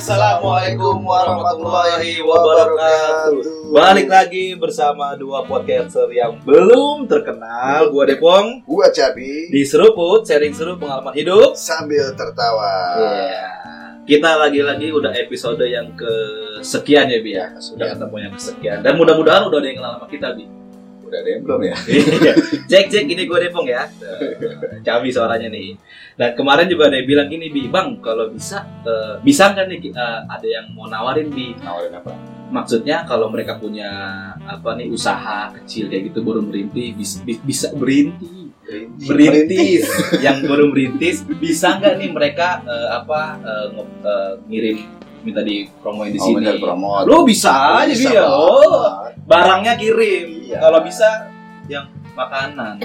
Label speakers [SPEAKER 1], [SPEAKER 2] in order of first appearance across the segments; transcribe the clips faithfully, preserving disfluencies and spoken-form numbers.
[SPEAKER 1] Assalamualaikum warahmatullahi wabarakatuh. Balik lagi bersama dua podcaster yang belum terkenal. Gua Depong,
[SPEAKER 2] gua Cabi.
[SPEAKER 1] Di Seruput, sharing seru pengalaman hidup
[SPEAKER 2] sambil tertawa.
[SPEAKER 1] Yeah. Kita lagi-lagi udah episode yang kesekian ya Bi ya. Sudah ketemu yang kesekian. Dan mudah-mudahan udah ada yang kenal sama kita Bi.
[SPEAKER 2] Udah ada yang belum ya?
[SPEAKER 1] Cek cek ini gue Depong ya. Cabi suaranya nih. Dan kemarin juga ada yang bilang gini Bi, Bang kalau bisa uh, bisa nggak nih uh, ada yang mau nawarin Bi?
[SPEAKER 2] Nawarin apa?
[SPEAKER 1] Maksudnya kalau mereka punya apa nih usaha kecil kayak gitu baru merintis bisa, bisa berintis merintis yang baru merintis bisa nggak nih mereka uh, apa uh, ng- uh, ngirim minta di promoin di
[SPEAKER 2] oh,
[SPEAKER 1] sini.
[SPEAKER 2] Promo.
[SPEAKER 1] Lo bisa aja dia. Oh, barangnya kirim.
[SPEAKER 2] Iya.
[SPEAKER 1] Kalau bisa yang makanan.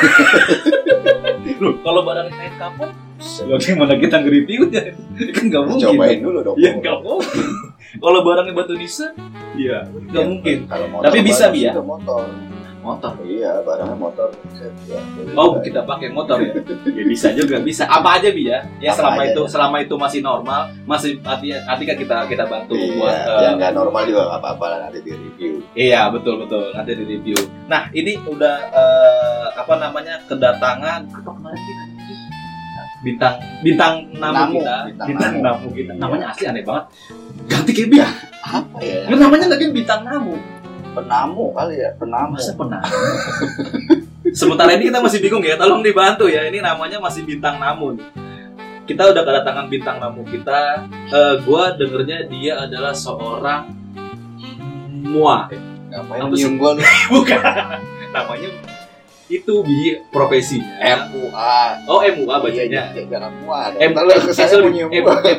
[SPEAKER 1] Loh, kalau barangnya kain kapur, ya gimana kita nge-reviewnya? Kan nggak mungkin.
[SPEAKER 2] Cobain dulu dong.
[SPEAKER 1] Iya nggak mungkin. Kalau barangnya batu nisan, iya nggak mungkin.
[SPEAKER 2] Kalau motor,
[SPEAKER 1] tapi bisa Bi ya.
[SPEAKER 2] Motor.
[SPEAKER 1] Motor.
[SPEAKER 2] Iya, barangnya motor. Ya,
[SPEAKER 1] oh, kita pakai motor ya? Ya bisa juga, bisa. Apa aja Bi ya? Ya
[SPEAKER 2] apa
[SPEAKER 1] selama
[SPEAKER 2] aja.
[SPEAKER 1] itu selama itu masih normal, masih artinya artinya kita kita bantu
[SPEAKER 2] iya,
[SPEAKER 1] buat uh,
[SPEAKER 2] yang nggak normal juga nggak apa-apa lah, nanti di review.
[SPEAKER 1] Iya, betul betul, nanti di review. Nah, ini udah uh, apa namanya? Kedatangan apa kemarin kita? Bintang bintang namu,
[SPEAKER 2] Namu,
[SPEAKER 1] kita,
[SPEAKER 2] bintang
[SPEAKER 1] bintang
[SPEAKER 2] namu.
[SPEAKER 1] namu kita. Namanya asli aneh banget. Ganti kayak Bi.
[SPEAKER 2] Apa ya?
[SPEAKER 1] Ini namanya lagi bintang namu.
[SPEAKER 2] Penamu kali ya, penamu.
[SPEAKER 1] Masa penamu? Sementara ini kita masih bingung ya, tolong dibantu ya. Ini namanya masih bintang namu nih. Kita udah kedatangan bintang namu kita. Uh, gua dengernya dia adalah seorang mua.
[SPEAKER 2] Ngapain
[SPEAKER 1] Apa sih?
[SPEAKER 2] nyium gua nih?
[SPEAKER 1] Bukan. Namanya itu Bi profesinya.
[SPEAKER 2] M U A.
[SPEAKER 1] Oh, M U A bacanya.
[SPEAKER 2] Iya, jangan mua.
[SPEAKER 1] M
[SPEAKER 2] Kalau saya mau nyium
[SPEAKER 1] M
[SPEAKER 2] gua.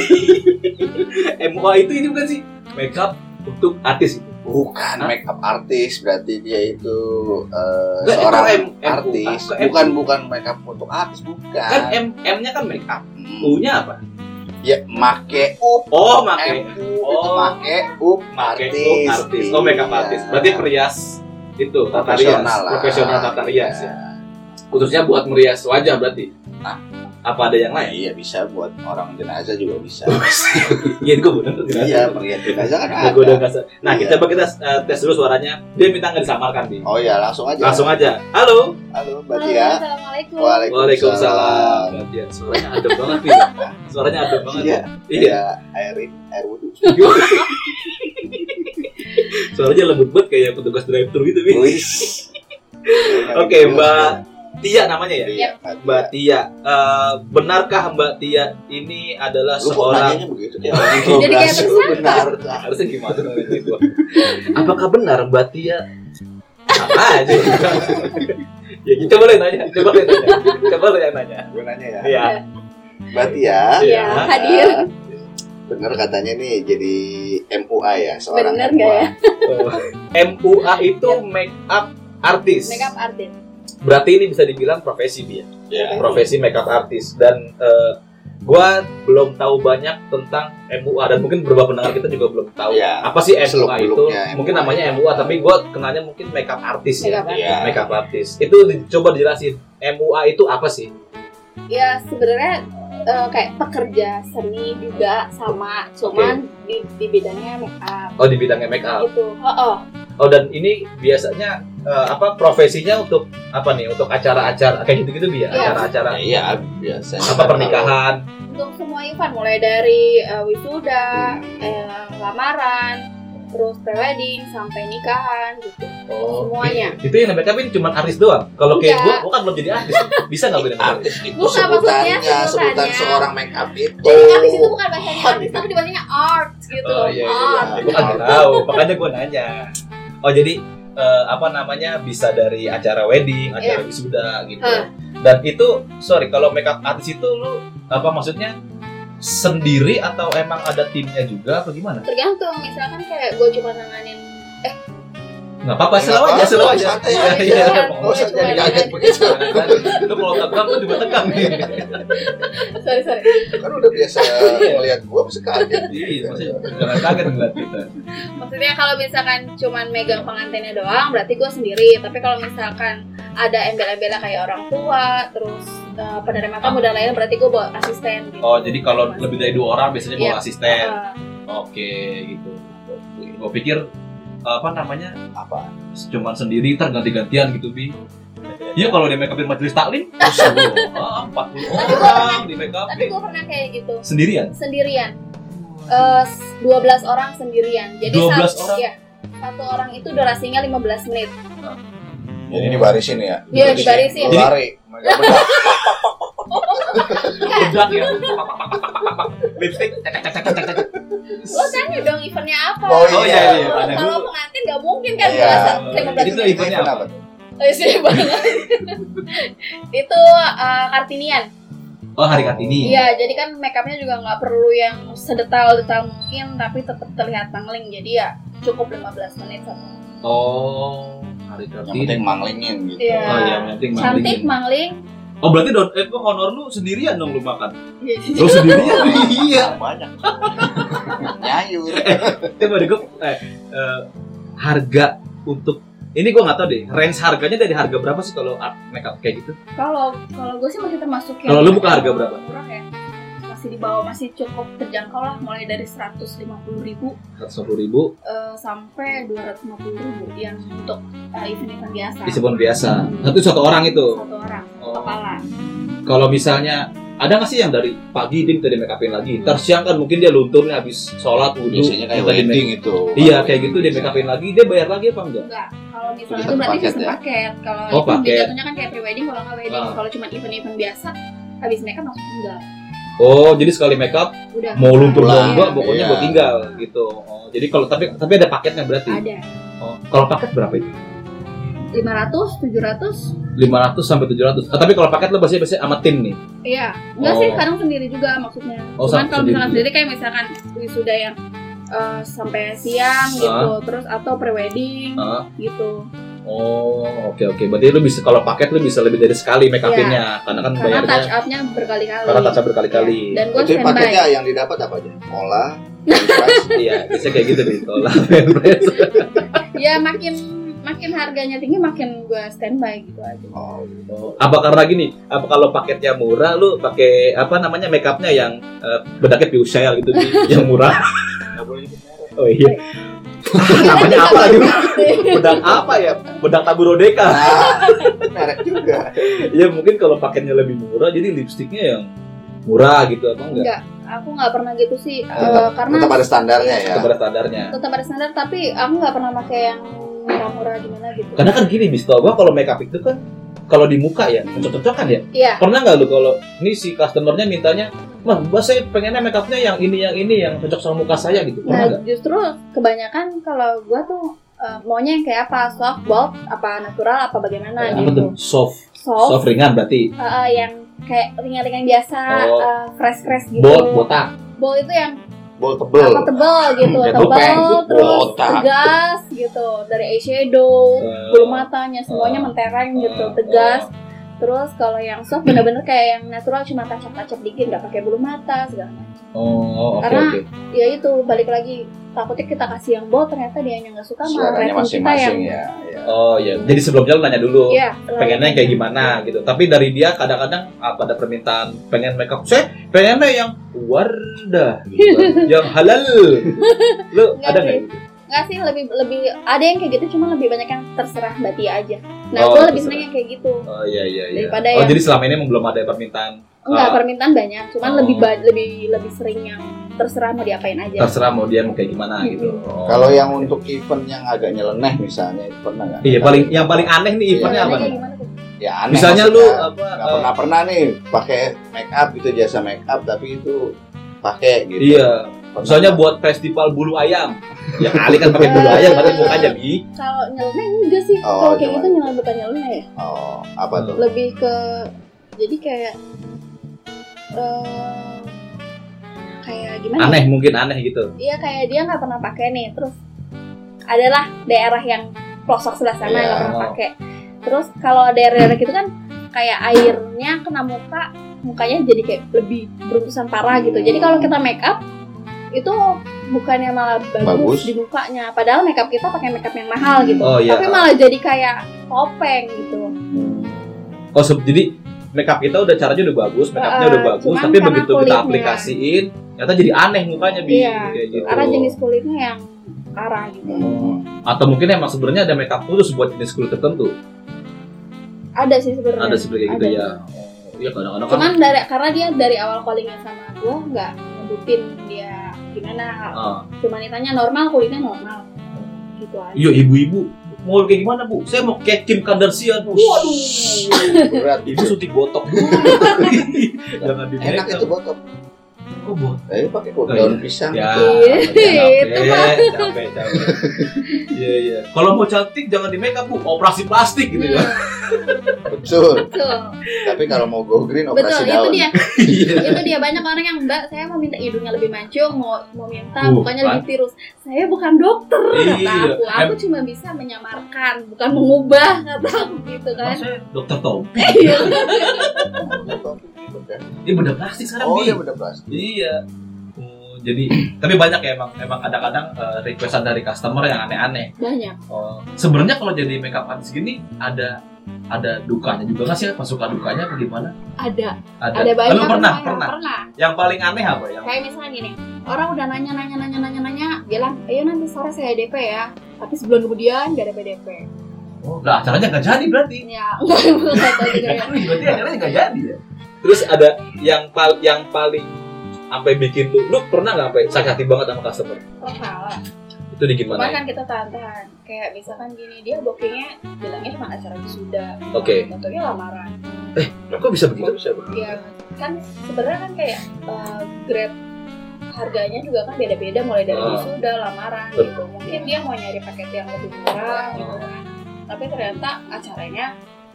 [SPEAKER 1] M U A itu ini bukan sih makeup untuk artis itu.
[SPEAKER 2] Bukan
[SPEAKER 1] Hah?
[SPEAKER 2] makeup artis, berarti dia itu uh,
[SPEAKER 1] Nggak,
[SPEAKER 2] seorang
[SPEAKER 1] itu M-
[SPEAKER 2] artis.
[SPEAKER 1] M U A.
[SPEAKER 2] Bukan bukan makeup untuk artis, bukan.
[SPEAKER 1] Kan M M-nya kan makeup.
[SPEAKER 2] Hmm.
[SPEAKER 1] U-nya apa?
[SPEAKER 2] Ya, make up.
[SPEAKER 1] Oh, make.
[SPEAKER 2] M U
[SPEAKER 1] Oh.
[SPEAKER 2] itu make up
[SPEAKER 1] Make
[SPEAKER 2] artis.
[SPEAKER 1] up artis. Oh, makeup
[SPEAKER 2] Iya.
[SPEAKER 1] artis. Berarti perias itu tata rias,
[SPEAKER 2] Profesional lah.
[SPEAKER 1] profesional tata rias
[SPEAKER 2] Iya.
[SPEAKER 1] ya. Khususnya buat merias wajah berarti.
[SPEAKER 2] Hah?
[SPEAKER 1] Apa ada yang
[SPEAKER 2] Nah,
[SPEAKER 1] lain?
[SPEAKER 2] iya bisa buat orang jenazah juga bisa.
[SPEAKER 1] Iya, gue bener tuh.
[SPEAKER 2] Iya, merias jenazah kan
[SPEAKER 1] Nah, gua udah
[SPEAKER 2] ada.
[SPEAKER 1] nggak sa- nah,
[SPEAKER 2] Iya.
[SPEAKER 1] kita coba kita uh, tes dulu suaranya. Dia minta nggak disamarkan, Bi.
[SPEAKER 2] Oh iya, langsung aja.
[SPEAKER 1] Langsung aja. Halo.
[SPEAKER 2] Halo, Mbak
[SPEAKER 3] Halo,
[SPEAKER 2] Tia.
[SPEAKER 3] Assalamualaikum.
[SPEAKER 1] Waalaikumsalam. Gantian. Suaranya adem banget, Bi. Suaranya adem banget.
[SPEAKER 2] Iya.
[SPEAKER 1] Iya.
[SPEAKER 2] Iya, air air wudhu.
[SPEAKER 1] Suaranya lembut banget kayak petugas drive-thru gitu, Bi.
[SPEAKER 2] Wis.
[SPEAKER 1] Oke, Mbak Tia namanya ya?
[SPEAKER 2] Iya,
[SPEAKER 1] Mbak Tia. Uh, benarkah Mbak Tia ini adalah
[SPEAKER 2] Lu kok
[SPEAKER 1] seorang
[SPEAKER 2] nanyanya begitu ya?
[SPEAKER 3] Jadi kayak tersangka.
[SPEAKER 2] Benar.
[SPEAKER 1] harusnya gimana dong itu? Apakah benar Mbak Tia? Apa aja? Ya kita boleh nanya, coba boleh nanya, coba boleh yang nanya.
[SPEAKER 2] Gue nanya ya.
[SPEAKER 1] Iya.
[SPEAKER 2] Mbak Tia.
[SPEAKER 3] Iya, hadir.
[SPEAKER 2] Bener katanya nih jadi M U A ya, seorang
[SPEAKER 3] Bener
[SPEAKER 2] M U A.
[SPEAKER 3] nggak ya?
[SPEAKER 1] Oh. M U A itu make up artist.
[SPEAKER 3] Makeup artist.
[SPEAKER 1] Berarti ini bisa dibilang profesi dia.
[SPEAKER 2] Ya.
[SPEAKER 1] Profesi makeup artist dan uh, gua belum tahu banyak tentang M U A dan mungkin beberapa pendengar kita juga belum tahu
[SPEAKER 2] Ya.
[SPEAKER 1] apa sih M U A itu.
[SPEAKER 2] Seluk-beluknya M U A.
[SPEAKER 1] Mungkin namanya M U A tapi gua kenalnya mungkin makeup artist ya.
[SPEAKER 3] Makeup artist.
[SPEAKER 2] Iya.
[SPEAKER 1] Makeup artist. Itu di- coba dijelasin M U A itu apa sih?
[SPEAKER 3] Ya sebenarnya eh, kayak pekerja seni juga sama, cuman di, di bidangnya makeup.
[SPEAKER 1] Oh, di bidangnya makeup.
[SPEAKER 3] Gitu. Oh, oh.
[SPEAKER 1] Oh, dan ini biasanya uh, apa profesinya untuk apa nih? Untuk acara-acara kayak gitu-gitu Bi ya?
[SPEAKER 3] Iya.
[SPEAKER 1] Acara-acara
[SPEAKER 2] Iya, biasanya.
[SPEAKER 1] apa pernikahan?
[SPEAKER 3] Untuk semua event mulai dari eh, wisuda, eh, lamaran, terus pre-wedding sampai nikahan gitu.
[SPEAKER 1] Oh,
[SPEAKER 3] Semuanya.
[SPEAKER 1] Itu yang make up ini cuma artis doang. Kalau kayak
[SPEAKER 3] Enggak.
[SPEAKER 1] gua, gua kan belum jadi artis. Bisa enggak gue dengan artis?
[SPEAKER 2] Artis itu
[SPEAKER 3] Bukan,
[SPEAKER 2] sebutannya,
[SPEAKER 3] maksudnya
[SPEAKER 2] sebutan
[SPEAKER 3] sebutannya.
[SPEAKER 2] seorang make up itu.
[SPEAKER 3] Jadi artis itu bukan bahasanya artis, tapi dibacanya art gitu.
[SPEAKER 1] Oh iya, iya.
[SPEAKER 3] Art.
[SPEAKER 1] Gua kan nggak tahu, makanya gua nanya. Oh, jadi eh, apa namanya bisa dari acara wedding, acara wisuda gitu.
[SPEAKER 3] Hah.
[SPEAKER 1] Dan itu sorry kalau makeup artis itu lu apa maksudnya sendiri atau emang ada timnya juga atau gimana?
[SPEAKER 3] Tergantung, misalkan kayak gue cuma nanganin
[SPEAKER 1] Nggak apa-apa, slow aja, slow aja.
[SPEAKER 2] Santai
[SPEAKER 1] Iya,
[SPEAKER 2] aja.
[SPEAKER 1] iya.
[SPEAKER 2] Nggak usah jadi kaget begitu.
[SPEAKER 1] Lu kalau tegang tuh juga tegang nih.
[SPEAKER 3] Sorry sorry.
[SPEAKER 2] Kan udah biasa ngeliat gua bisa kaget.
[SPEAKER 1] Iya, maksudnya jangan kaget ngeliat kita.
[SPEAKER 3] Maksudnya kalau misalkan cuman megang pengantinnya doang, berarti gue sendiri. Tapi kalau misalkan ada embel-embelnya kayak orang tua, terus uh, penerima tamu dan lain, berarti gue bawa asisten. Gitu.
[SPEAKER 1] Oh, jadi kalau lebih dari dua orang biasanya bawa
[SPEAKER 3] Iya.
[SPEAKER 1] asisten.
[SPEAKER 3] Uh,
[SPEAKER 1] Oke, gitu. Gue pikir apa namanya?
[SPEAKER 2] Apa?
[SPEAKER 1] Cuman sendiri ntar ganti-gantian gitu, Bi. Iya, kalau di make upin majelis taklim, ah, empat puluh orang di make
[SPEAKER 3] tapi
[SPEAKER 1] upin.
[SPEAKER 3] gue pernah kayak gitu.
[SPEAKER 1] Sendirian?
[SPEAKER 3] Sendirian. Uh, dua belas orang sendirian. Jadi
[SPEAKER 1] dua belas
[SPEAKER 3] satu,
[SPEAKER 1] orang?
[SPEAKER 3] ya, satu orang itu durasinya lima belas menit.
[SPEAKER 2] Jadi dibarisin ya?
[SPEAKER 3] Iya, dibarisin.
[SPEAKER 2] Lu lari. Megang bedak.
[SPEAKER 1] Bedak ya. Lipstick.
[SPEAKER 3] Lo tanya dong eventnya apa?
[SPEAKER 2] Oh,
[SPEAKER 1] Oh iya, iya.
[SPEAKER 3] Kalau-
[SPEAKER 1] Tanya
[SPEAKER 3] Kalau
[SPEAKER 1] dulu.
[SPEAKER 3] pengantin nggak mungkin kan
[SPEAKER 2] Iya.
[SPEAKER 3] lima belas
[SPEAKER 1] Itu
[SPEAKER 3] menit.
[SPEAKER 1] eventnya apa?
[SPEAKER 2] tuh?
[SPEAKER 3] Oh, iya banget. Itu uh, Kartinian.
[SPEAKER 1] Oh, hari Kartini.
[SPEAKER 3] Iya, jadi kan makeupnya juga nggak perlu yang sedetail-detail mungkin, tapi tetap terlihat pangling. Jadi ya cukup lima belas menit sama.
[SPEAKER 1] Oh, hari
[SPEAKER 2] Yang
[SPEAKER 1] Kartini.
[SPEAKER 2] penting manglingin gitu.
[SPEAKER 3] Iya.
[SPEAKER 1] Oh iya, yang penting
[SPEAKER 3] Cantik,
[SPEAKER 1] manglingin.
[SPEAKER 3] mangling.
[SPEAKER 1] Oh, berarti don eh, honor lu sendirian dong lu makan.
[SPEAKER 3] Iya.
[SPEAKER 1] Lu sendirian? Iya.
[SPEAKER 2] Banyak. Nyayur.
[SPEAKER 1] Coba deh gue eh, eh, harga untuk ini gue nggak tahu deh, range harganya dari harga berapa sih kalau art makeup kayak gitu?
[SPEAKER 3] Kalau kalau gue sih masih termasuk yang
[SPEAKER 1] Kalau lu buka harga berapa?
[SPEAKER 3] murah ya. Masih di bawah, masih cukup terjangkau lah, mulai dari seratus lima puluh ribu
[SPEAKER 1] seratus lima puluh ribu
[SPEAKER 3] eh, sampai dua ratus lima puluh ribu yang untuk eh, event-event biasa.
[SPEAKER 1] disebut biasa. Satu satu orang itu.
[SPEAKER 3] Satu orang,
[SPEAKER 1] Oh.
[SPEAKER 3] kepala.
[SPEAKER 1] Kalau misalnya ada nggak sih yang dari pagi dia minta di make upin lagi, ntar siang kan mungkin dia lunturnya habis sholat wudhu,
[SPEAKER 2] Biasanya kayak
[SPEAKER 1] minta di make-
[SPEAKER 2] wedding itu.
[SPEAKER 1] Iya kayak gitu dia make upin lagi, dia bayar lagi apa enggak?
[SPEAKER 3] Enggak, kalau misalnya
[SPEAKER 2] Udah
[SPEAKER 3] itu
[SPEAKER 2] satu
[SPEAKER 3] berarti
[SPEAKER 2] paket
[SPEAKER 3] sistem
[SPEAKER 2] ya?
[SPEAKER 3] paket. Kalau
[SPEAKER 1] Oh,
[SPEAKER 3] itu
[SPEAKER 1] paket.
[SPEAKER 3] jatuhnya kan kayak pre-wedding, kalau nggak wedding.
[SPEAKER 1] Ah.
[SPEAKER 3] Kalau cuma event-event biasa, habis makeup langsung enggak.
[SPEAKER 1] Oh jadi sekali make up
[SPEAKER 3] Udah.
[SPEAKER 1] mau luntur mau
[SPEAKER 2] Pulang.
[SPEAKER 1] enggak pokoknya
[SPEAKER 2] Iya.
[SPEAKER 1] buat tinggal gitu. Oh, jadi kalau tapi tapi ada paketnya berarti.
[SPEAKER 3] Ada.
[SPEAKER 1] Oh, kalau paket berapa itu?
[SPEAKER 3] lima ratus, tujuh ratus.
[SPEAKER 1] lima ratus sampai tujuh ratus. Ah, tapi kalau paket lo pasti pasti sama tim nih.
[SPEAKER 3] Iya. Enggak
[SPEAKER 1] Oh.
[SPEAKER 3] sih, kadang sendiri juga maksudnya.
[SPEAKER 1] Oh,
[SPEAKER 3] Cuman
[SPEAKER 1] sama
[SPEAKER 3] kalau misalkan
[SPEAKER 1] sendiri.
[SPEAKER 3] sendiri kayak misalkan wisuda yang eh, sampai siang gitu, terus atau pre-wedding
[SPEAKER 1] Ah.
[SPEAKER 3] gitu.
[SPEAKER 1] Oh, oke oke. Berarti lu bisa kalau paket lu bisa lebih dari sekali make upinnya, karena kan
[SPEAKER 3] Karena touch
[SPEAKER 1] bayarnya
[SPEAKER 3] up-nya berkali-kali.
[SPEAKER 1] karena touch up berkali-kali.
[SPEAKER 3] Dan gue
[SPEAKER 2] Itu
[SPEAKER 3] standby.
[SPEAKER 2] paketnya yang didapat apa aja? Mola, price.
[SPEAKER 1] Iya, bisa kayak gitu nih. Kalau Fairprice.
[SPEAKER 3] Ya makin makin harganya tinggi makin gue standby gitu aja.
[SPEAKER 2] Oh, gitu.
[SPEAKER 1] Oh, apa karena gini? Apa kalau paketnya murah lu pakai apa namanya make upnya yang eh, bedaknya Pucel gitu nih, yang murah?
[SPEAKER 2] Nggak boleh nyebut merek.
[SPEAKER 1] Oh iya. Namanya apa lagi? Bedak apa ya? Bedak Taburodeka.
[SPEAKER 2] Nah, merek juga.
[SPEAKER 1] Ya mungkin kalau paketnya lebih murah jadi lipstiknya yang murah gitu apa enggak?
[SPEAKER 3] Enggak, aku nggak pernah gitu sih. Eh,
[SPEAKER 2] Tetap,
[SPEAKER 3] karena
[SPEAKER 2] tetap ada standarnya ya.
[SPEAKER 1] Kepada standarnya.
[SPEAKER 3] tetap ada standar, tapi aku nggak pernah pakai yang murah-murah gimana gitu.
[SPEAKER 1] Karena kan gini, bis tau gua kalau make up itu kan kalau di muka ya cocok-cocokan ya.
[SPEAKER 3] Iya.
[SPEAKER 1] Pernah nggak lu kalau ini si customernya mintanya, "Mas, Mbak saya pengennya make upnya yang ini yang ini yang cocok sama muka saya gitu." Pernah
[SPEAKER 3] Nah,
[SPEAKER 1] nggak?
[SPEAKER 3] justru kebanyakan kalau gua tuh eh, maunya yang kayak apa, soft, bold, apa natural, apa bagaimana
[SPEAKER 1] Apa
[SPEAKER 3] gitu.
[SPEAKER 1] tuh? Soft,
[SPEAKER 3] Soft,
[SPEAKER 1] soft ringan berarti.
[SPEAKER 3] eh, eh, yang kayak ringan-ringan biasa,
[SPEAKER 1] Oh.
[SPEAKER 3] eh, fresh-fresh gitu.
[SPEAKER 1] Bold, botak.
[SPEAKER 3] Bold itu yang
[SPEAKER 2] Bol tebel.
[SPEAKER 3] apa tebel gitu,
[SPEAKER 2] Kayak
[SPEAKER 3] tebel,
[SPEAKER 2] topeng.
[SPEAKER 3] terus
[SPEAKER 2] Botak.
[SPEAKER 3] tegas gitu, dari eyeshadow,
[SPEAKER 1] Eh,
[SPEAKER 3] bulu matanya semuanya
[SPEAKER 1] eh,
[SPEAKER 3] mentereng gitu,
[SPEAKER 1] eh,
[SPEAKER 3] tegas. Terus kalau yang soft bener-bener kayak yang natural, cuma touch-up-touch dikit, nggak pakai bulu mata segala macam.
[SPEAKER 1] Oh, oke
[SPEAKER 3] Karena-
[SPEAKER 1] oke.
[SPEAKER 3] Ya itu balik lagi, takutnya kita kasih yang bold ternyata dia yang nggak suka, malah
[SPEAKER 2] Suaranya
[SPEAKER 3] review kita yang
[SPEAKER 2] masing-masing ya. ya.
[SPEAKER 1] Oh iya, jadi sebelumnya lu nanya dulu.
[SPEAKER 3] Iya,
[SPEAKER 1] Pengennya kayak gimana gitu. Tapi dari dia kadang-kadang apa ada permintaan pengen make up. Saya pengennya yang wardah gitu. Yang halal. Lu
[SPEAKER 3] Nggak
[SPEAKER 1] ada
[SPEAKER 3] sih.
[SPEAKER 1] nggak gitu?
[SPEAKER 3] nggak sih, lebih lebih ada yang kayak gitu, cuma lebih banyak yang terserah Mbak Tia aja. Nah,
[SPEAKER 1] Oh,
[SPEAKER 3] gue lebih
[SPEAKER 1] terserah.
[SPEAKER 3] seneng yang kayak gitu.
[SPEAKER 1] Oh iya iya iya.
[SPEAKER 3] Daripada
[SPEAKER 1] Oh
[SPEAKER 3] yang-
[SPEAKER 1] jadi selama ini emang belum ada permintaan
[SPEAKER 3] Enggak,
[SPEAKER 1] Ah.
[SPEAKER 3] permintaan banyak, cuman
[SPEAKER 1] Oh.
[SPEAKER 3] lebih ba- lebih lebih sering yang terserah mau diapain aja.
[SPEAKER 1] terserah mau dia mau kayak gimana gitu.
[SPEAKER 3] Mm-mm.
[SPEAKER 1] Oh.
[SPEAKER 2] Kalau yang untuk event yang agak nyeleneh misalnya, itu pernah nggak?
[SPEAKER 1] iya paling yang paling aneh nih eventnya
[SPEAKER 3] Gimana
[SPEAKER 1] apa
[SPEAKER 3] kayak
[SPEAKER 1] nih?
[SPEAKER 3] gimana tuh?
[SPEAKER 2] Ya aneh.
[SPEAKER 1] Misalnya lu
[SPEAKER 2] maksudnya.
[SPEAKER 1] apa?
[SPEAKER 2] nggak
[SPEAKER 1] eh,
[SPEAKER 2] pernah pernah nih pakai make up gitu, jasa make up tapi itu pakai gitu.
[SPEAKER 1] Iya.
[SPEAKER 2] Pernah
[SPEAKER 1] Misalnya
[SPEAKER 2] nggak?
[SPEAKER 1] buat festival bulu ayam. Ya kali kan pakai bulu ayam berarti mukanya bi.
[SPEAKER 3] Kalau nyeleneh enggak sih,
[SPEAKER 2] Oh,
[SPEAKER 3] kalau kayak
[SPEAKER 2] cuman-
[SPEAKER 3] gitu nyeleneh bukan nyeleneh ya.
[SPEAKER 2] Oh, apa tuh?
[SPEAKER 3] Lebih ke jadi kayak eh kayak gimana? ya?
[SPEAKER 1] Aneh mungkin aneh gitu.
[SPEAKER 3] Iya, kayak dia nggak pernah pakai nih, terus adalah daerah yang pelosok sebelah sana
[SPEAKER 2] Iya.
[SPEAKER 3] nggak pernah pakai. Terus kalau daerah-daerah gitu kan kayak airnya kena muka, mukanya jadi kayak lebih beruntusan parah gitu. Jadi kalau kita make up itu bukannya malah bagus,
[SPEAKER 2] Bagus.
[SPEAKER 3] di mukanya, padahal make up kita pakai make up yang mahal gitu.
[SPEAKER 1] Oh, iya.
[SPEAKER 3] Tapi malah jadi kayak topeng gitu.
[SPEAKER 1] Oh, se- jadi makeup kita udah caranya udah bagus, makeupnya
[SPEAKER 3] Uh,
[SPEAKER 1] udah bagus,
[SPEAKER 3] cuman
[SPEAKER 1] tapi
[SPEAKER 3] karena
[SPEAKER 1] begitu kita
[SPEAKER 3] kulitnya.
[SPEAKER 1] aplikasiin, ternyata jadi aneh mukanya bi.
[SPEAKER 3] Iya.
[SPEAKER 1] Kayak gitu.
[SPEAKER 3] Karena jenis kulitnya yang parah gitu.
[SPEAKER 2] Hmm.
[SPEAKER 1] Atau mungkin emang sebenarnya ada makeup khusus buat jenis kulit tertentu.
[SPEAKER 3] Ada sih sebenarnya.
[SPEAKER 1] Ada seperti kayak gitu
[SPEAKER 3] Ada.
[SPEAKER 1] ya. Oh, iya kadang-kadang kan.
[SPEAKER 3] Cuman dari karena dia dari awal callingnya sama gue nggak nyebutin dia gimana.
[SPEAKER 1] Ah.
[SPEAKER 3] Cuman ditanya normal, kulitnya normal. Gitu aja.
[SPEAKER 1] Iya ibu-ibu mau kayak gimana bu? Saya mau kayak Kim Kardashian. Waduh.
[SPEAKER 2] Berat.
[SPEAKER 1] Ibu suntik botok dulu. Jangan di
[SPEAKER 2] Enak itu botok.
[SPEAKER 1] Oh botok.
[SPEAKER 2] Eh pakai
[SPEAKER 1] Oh,
[SPEAKER 2] daun
[SPEAKER 1] iya.
[SPEAKER 2] pisang
[SPEAKER 1] Ya,
[SPEAKER 2] itu.
[SPEAKER 3] Itu mah.
[SPEAKER 1] capek, capek, capek. Iya, iya. Kalau mau cantik jangan di makeup bu, operasi plastik gitu ya.
[SPEAKER 2] Betul.
[SPEAKER 3] Betul.
[SPEAKER 2] Tapi kalau mau go green
[SPEAKER 3] Betul,
[SPEAKER 2] operasi
[SPEAKER 3] itu
[SPEAKER 2] daun.
[SPEAKER 3] dia.
[SPEAKER 1] Iya.
[SPEAKER 3] Itu dia banyak orang yang mbak, saya mau minta hidungnya lebih mancung, mau mau minta
[SPEAKER 1] Uh,
[SPEAKER 3] mukanya
[SPEAKER 1] kan?
[SPEAKER 3] lebih tirus. Saya bukan dokter, kata
[SPEAKER 1] Iya.
[SPEAKER 3] aku. Aku cuma bisa menyamarkan, bukan mengubah, kata aku gitu kan.
[SPEAKER 1] Maksudnya dokter Tom.
[SPEAKER 3] Iya.
[SPEAKER 1] Ini benda plastik sekarang
[SPEAKER 2] Oh
[SPEAKER 1] Bi.
[SPEAKER 2] dia udah plastik.
[SPEAKER 1] Iya. Oh, jadi tapi banyak ya emang emang kadang-kadang uh, requestan dari customer yang aneh-aneh.
[SPEAKER 3] Banyak.
[SPEAKER 1] Oh, sebenarnya kalau jadi makeup artist gini ada ada dukanya juga nggak sih? Masukan dukanya atau gimana?
[SPEAKER 3] Ada.
[SPEAKER 1] Ada.
[SPEAKER 3] Ada banyak.
[SPEAKER 1] Lu pernah
[SPEAKER 3] yang
[SPEAKER 1] pernah.
[SPEAKER 3] Pernah.
[SPEAKER 1] Yang paling aneh apa yang?
[SPEAKER 3] Kayak misalnya gini, orang udah nanya nanya nanya nanya nanya, bilang, ayo nanti sore saya D P ya. Tapi sebulan kemudian nggak ada D P.
[SPEAKER 1] Oh, lah acaranya nggak jadi berarti.
[SPEAKER 3] Ya, nggak tahu juga ya.
[SPEAKER 1] Berarti acaranya nggak jadi ya. Terus ada yang pal yang paling sampai bikin lu, lu pernah nggak sampai sakit hati banget sama customer?
[SPEAKER 3] Oh salah.
[SPEAKER 1] Itu di
[SPEAKER 3] Cuman
[SPEAKER 1] gimana?
[SPEAKER 3] kan kita tahan-tahan. Kayak misalkan gini, dia bookingnya bilangnya cuma acara wisuda.
[SPEAKER 1] Oke.
[SPEAKER 3] Bentuknya lamaran.
[SPEAKER 1] Kok bisa begitu? Bisa
[SPEAKER 3] Ya kan sebenarnya kan kayak uh, grade harganya juga kan beda-beda mulai dari
[SPEAKER 1] Ah.
[SPEAKER 3] wisuda, lamaran
[SPEAKER 1] Betul.
[SPEAKER 3] gitu. Mungkin dia mau nyari paket yang lebih murah gitu kan. Tapi ternyata acaranya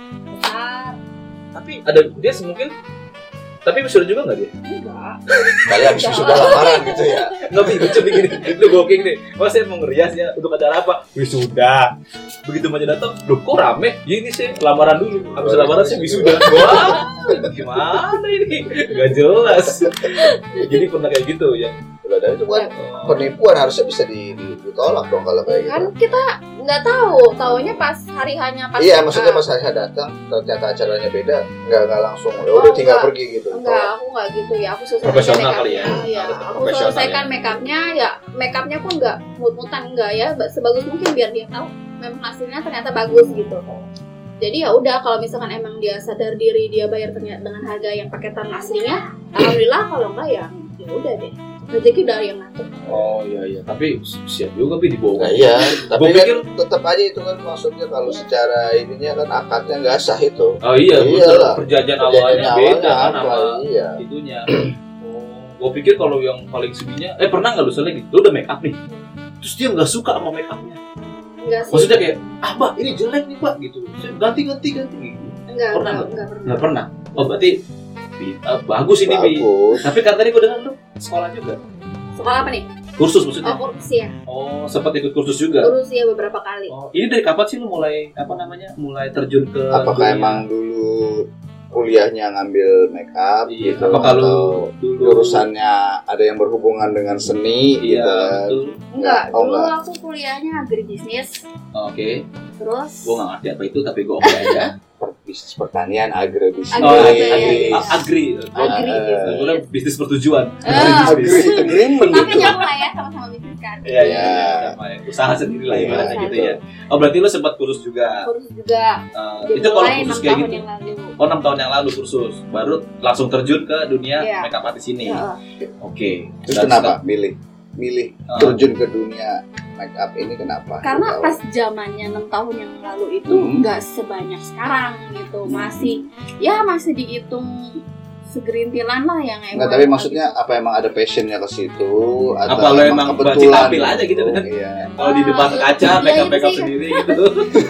[SPEAKER 3] besar.
[SPEAKER 1] Tapi ada dia mungkin tapi wisuda juga nggak dia?
[SPEAKER 3] Enggak.
[SPEAKER 2] Kayak habis sudah lamaran gitu ya.
[SPEAKER 1] Nggak bisa coba gini, itu booking nih. Mas saya mau ngerias ya untuk acara apa? Wisuda. Begitu aja datang, loh kok rame? Ya ini sih lamaran dulu. Habis lamaran sih wisuda. Wah, gimana ini? Gak jelas. Jadi pernah kayak gitu ya.
[SPEAKER 2] Udah ada itu kan penipuan, harusnya bisa di, di- ditolak dong kalau kayak
[SPEAKER 3] Kan
[SPEAKER 2] gitu.
[SPEAKER 3] kita nggak tahu, taunya pas hari hanya pas
[SPEAKER 2] Iya, maksudnya
[SPEAKER 3] ah,
[SPEAKER 2] pas saya datang ternyata acaranya beda, nggak nggak langsung ya udah
[SPEAKER 3] Oh,
[SPEAKER 2] tinggal
[SPEAKER 3] enggak.
[SPEAKER 2] pergi gitu.
[SPEAKER 3] enggak, aku nggak gitu ya. Aku selesaikan
[SPEAKER 1] Profesional
[SPEAKER 3] make-upnya.
[SPEAKER 1] kali ya.
[SPEAKER 3] Iya,
[SPEAKER 1] Harus
[SPEAKER 3] aku
[SPEAKER 1] profesional
[SPEAKER 3] selesaikan
[SPEAKER 1] ya.
[SPEAKER 3] make upnya ya, make upnya pun nggak mut-mutan enggak ya, sebagus mungkin biar dia tahu memang hasilnya ternyata bagus gitu. Jadi ya udah, kalau misalkan emang dia sadar diri, dia bayar ternyata dengan harga yang paketan aslinya, alhamdulillah. Kalau enggak ya ya udah deh, rezeki dari yang ngatur.
[SPEAKER 1] Oh iya iya, tapi siap juga bi dibawa.
[SPEAKER 2] Nah, iya, tapi
[SPEAKER 1] Gua
[SPEAKER 2] kan
[SPEAKER 1] pikir-
[SPEAKER 2] tetap aja itu kan maksudnya kalau secara ininya kan akadnya nggak sah itu.
[SPEAKER 1] Oh iya,
[SPEAKER 2] Iyalah.
[SPEAKER 1] betul. Perjanjian
[SPEAKER 2] Perjanjiannya
[SPEAKER 1] awalnya beda
[SPEAKER 2] awalnya
[SPEAKER 1] kan
[SPEAKER 2] apa,
[SPEAKER 1] sama
[SPEAKER 2] iya.
[SPEAKER 1] itunya. Oh, gue pikir kalau yang paling sebinya, eh pernah nggak lu soalnya gitu, lu udah make up nih, terus dia nggak suka sama make upnya.
[SPEAKER 3] Enggak sih.
[SPEAKER 1] Maksudnya kayak, ah mbak ini jelek nih mbak gitu, Saya ganti ganti ganti gitu.
[SPEAKER 3] enggak,
[SPEAKER 1] pernah
[SPEAKER 3] enggak,
[SPEAKER 1] nggak?
[SPEAKER 3] enggak pernah.
[SPEAKER 1] Nggak pernah. Oh berarti Bi, eh, bagus ini bi.
[SPEAKER 2] Bagus.
[SPEAKER 1] Tapi kan tadi gue dengar lu sekolah juga,
[SPEAKER 3] Sekolah apa nih?
[SPEAKER 1] kursus
[SPEAKER 3] Oh,
[SPEAKER 1] maksudnya.
[SPEAKER 3] kursus ya.
[SPEAKER 1] Oh sempat ikut kursus juga.
[SPEAKER 3] Kursus ya beberapa kali.
[SPEAKER 1] Oh ini dari kapan sih lu mulai apa namanya, mulai terjun ke?
[SPEAKER 2] Apakah
[SPEAKER 1] dunia?
[SPEAKER 2] emang dulu kuliahnya ngambil make up
[SPEAKER 1] Iya,
[SPEAKER 2] gitu,
[SPEAKER 1] apa kalau
[SPEAKER 2] atau
[SPEAKER 1] dulu
[SPEAKER 2] jurusannya ada yang berhubungan dengan seni
[SPEAKER 1] Iya
[SPEAKER 2] gitu kan?
[SPEAKER 1] betul.
[SPEAKER 3] Enggak,
[SPEAKER 2] Oh,
[SPEAKER 3] dulu
[SPEAKER 2] enggak.
[SPEAKER 3] aku kuliahnya agribisnis.
[SPEAKER 1] Oke,
[SPEAKER 3] Terus
[SPEAKER 1] gue nggak ngerti apa itu tapi gue oke aja.
[SPEAKER 2] Per- bisnis pertanian, agribisnis.
[SPEAKER 3] Agri-
[SPEAKER 1] Oh,
[SPEAKER 3] Agri-
[SPEAKER 1] agri,
[SPEAKER 3] Agri-
[SPEAKER 1] Ah, agri.
[SPEAKER 3] agribisnis.
[SPEAKER 1] Gue bisnis pertujuan.
[SPEAKER 3] Ah,
[SPEAKER 2] Agri- agreement
[SPEAKER 3] tapi
[SPEAKER 2] gitu.
[SPEAKER 3] nyambung lah ya, sama-sama bisnis kan.
[SPEAKER 1] Iya, iya,
[SPEAKER 2] Ya.
[SPEAKER 1] sama ya. Usaha sendiri lah
[SPEAKER 2] Iya,
[SPEAKER 1] ibaratnya gitu
[SPEAKER 3] satu.
[SPEAKER 1] ya. Oh, berarti lu sempat kursus juga.
[SPEAKER 3] Kursus juga.
[SPEAKER 1] Eh, itu kalau
[SPEAKER 3] Dimulai
[SPEAKER 1] kursus
[SPEAKER 3] enam
[SPEAKER 1] kayak
[SPEAKER 3] tahun
[SPEAKER 1] gitu.
[SPEAKER 3] yang lalu.
[SPEAKER 1] Oh, enam tahun yang lalu kursus. Baru langsung terjun ke dunia
[SPEAKER 3] Iya.
[SPEAKER 1] makeup artist ini.
[SPEAKER 3] Ya,
[SPEAKER 1] Oke.
[SPEAKER 2] Terus
[SPEAKER 1] Dan
[SPEAKER 2] kenapa milih milih
[SPEAKER 1] Ah.
[SPEAKER 2] terjun ke dunia make up ini kenapa?
[SPEAKER 3] karena
[SPEAKER 2] Gitu.
[SPEAKER 3] pas zamannya enam tahun yang lalu itu
[SPEAKER 2] Hmm.
[SPEAKER 3] nggak sebanyak sekarang gitu, masih ya masih dihitung segerintilan lah yang emang.
[SPEAKER 2] Nggak, tapi maksudnya apa emang ada passionnya ke situ atau
[SPEAKER 1] Apa lo emang bajik tampil aja gitu kan?
[SPEAKER 2] Iya.
[SPEAKER 1] kalau di depan
[SPEAKER 3] Ah,
[SPEAKER 1] kaca
[SPEAKER 3] iya,
[SPEAKER 1] makeup
[SPEAKER 3] iya
[SPEAKER 1] makeup
[SPEAKER 3] sih.
[SPEAKER 1] sendiri gitu.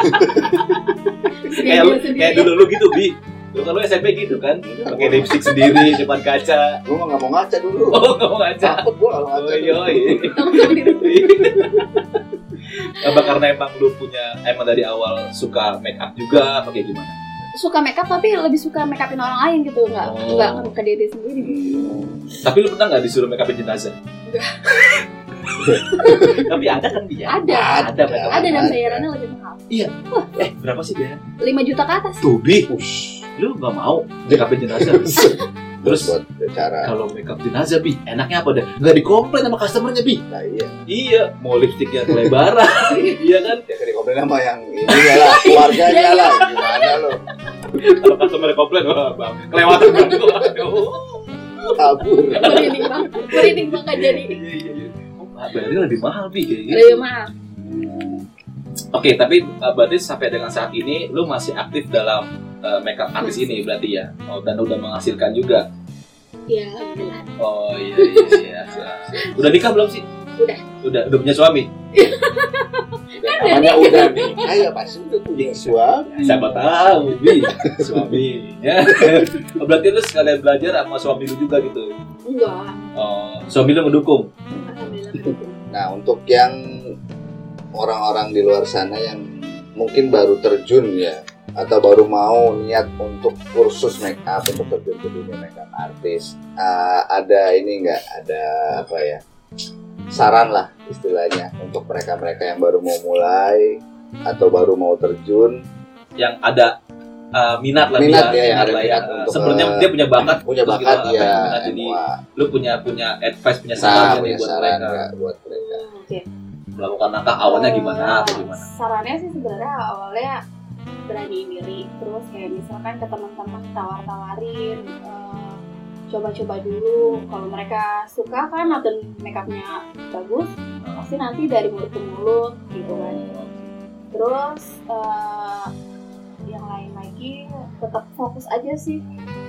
[SPEAKER 1] kayak lu, kayak dulu lu gitu bi. Lu kan lu S M P gitu kan? Pakai lipstick sendiri di depan kaca.
[SPEAKER 2] Gue mah nggak mau ngaca dulu.
[SPEAKER 1] Oh, nggak mau ngaca.
[SPEAKER 2] Takut gue kalau ngaca.
[SPEAKER 1] Oh,
[SPEAKER 2] dulu.
[SPEAKER 1] iya. Apa karena emang lu punya emang dari awal suka make up juga apa kayak gimana?
[SPEAKER 3] Suka make up tapi lebih suka make upin orang lain gitu, nggak
[SPEAKER 1] Oh.
[SPEAKER 3] nggak ke diri sendiri gitu.
[SPEAKER 1] Tapi lu pernah nggak disuruh make upin jenazah?
[SPEAKER 3] Enggak.
[SPEAKER 1] Tapi ada kan dia?
[SPEAKER 3] Ada.
[SPEAKER 1] Ada, make up.
[SPEAKER 3] Ada dan bayarannya lebih mahal.
[SPEAKER 1] Eh, berapa sih dia?
[SPEAKER 3] lima juta ke atas.
[SPEAKER 1] Tuh, Bi.
[SPEAKER 2] Ush.
[SPEAKER 1] Lu nggak mau make upin jenazah? Terus
[SPEAKER 2] buat cara.
[SPEAKER 1] kalau make up jenazah, Bi, enaknya apa dah? Nggak dikomplain sama customernya, Bi.
[SPEAKER 2] Nah, iya.
[SPEAKER 1] Iya, mau lipstiknya kelebaran, iya kan?
[SPEAKER 2] Ya kan dikomplain sama yang ini lah, keluarganya lah. Gimana lo?
[SPEAKER 1] Kalau customer komplain, wah, bang, kelewatan banget. Aduh.
[SPEAKER 2] Kabur.
[SPEAKER 3] Merinding banget. Merinding banget jadi.
[SPEAKER 1] Iya, iya, iya. Oh, bayarnya lebih mahal, Bi, kayak gitu.
[SPEAKER 3] Lebih mahal.
[SPEAKER 1] Oke, tapi uh, berarti sampai dengan saat ini lu masih aktif dalam uh, makeup artist ini berarti ya? Oh, dan udah menghasilkan juga.
[SPEAKER 3] Iya, alhamdulillah.
[SPEAKER 1] Oh iya iya iya. Siap, siap. Udah nikah belum sih?
[SPEAKER 3] Udah.
[SPEAKER 1] Udah, udah punya suami?
[SPEAKER 2] Namanya udah nikah ya pasti udah punya suami.
[SPEAKER 1] Siapa tahu, Bi, suaminya. Oh, berarti lu sekalian belajar sama suami lu juga gitu?
[SPEAKER 3] Enggak.
[SPEAKER 1] Oh, suami lu mendukung?
[SPEAKER 3] Alhamdulillah.
[SPEAKER 2] Nah, untuk yang orang-orang di luar sana yang mungkin baru terjun ya atau baru mau niat untuk kursus make up, untuk terjun ke dunia make up artis, uh, ada ini enggak ada apa ya? Saran lah istilahnya untuk mereka-mereka yang baru mau mulai atau baru mau terjun,
[SPEAKER 1] Yang ada uh, minat lah
[SPEAKER 2] minat ya, yang
[SPEAKER 1] minat
[SPEAKER 2] ada
[SPEAKER 1] lah
[SPEAKER 2] minat
[SPEAKER 1] ya.
[SPEAKER 2] untuk
[SPEAKER 1] Sebenarnya
[SPEAKER 2] uh,
[SPEAKER 1] dia punya bakat,
[SPEAKER 2] punya
[SPEAKER 1] terus
[SPEAKER 2] bakat
[SPEAKER 1] gitu, apa yang
[SPEAKER 2] ya,
[SPEAKER 1] minat, jadi
[SPEAKER 2] M U A.
[SPEAKER 1] lu punya punya advice, punya
[SPEAKER 2] Nah,
[SPEAKER 1] saran nih
[SPEAKER 2] punya
[SPEAKER 1] buat
[SPEAKER 2] saran
[SPEAKER 1] mereka
[SPEAKER 2] nggak buat mereka.
[SPEAKER 3] Oke.
[SPEAKER 1] melakukan langkah awalnya gimana atau gimana?
[SPEAKER 3] Sarannya sih sebenarnya awalnya beraniin diri, terus kayak misalkan ke teman-teman tawar-tawarin, eh, coba-coba dulu. Kalau mereka suka kan atau make upnya bagus, pasti nanti dari mulut ke mulut gitu kan. Terus eh, yang lain lagi tetap fokus aja sih,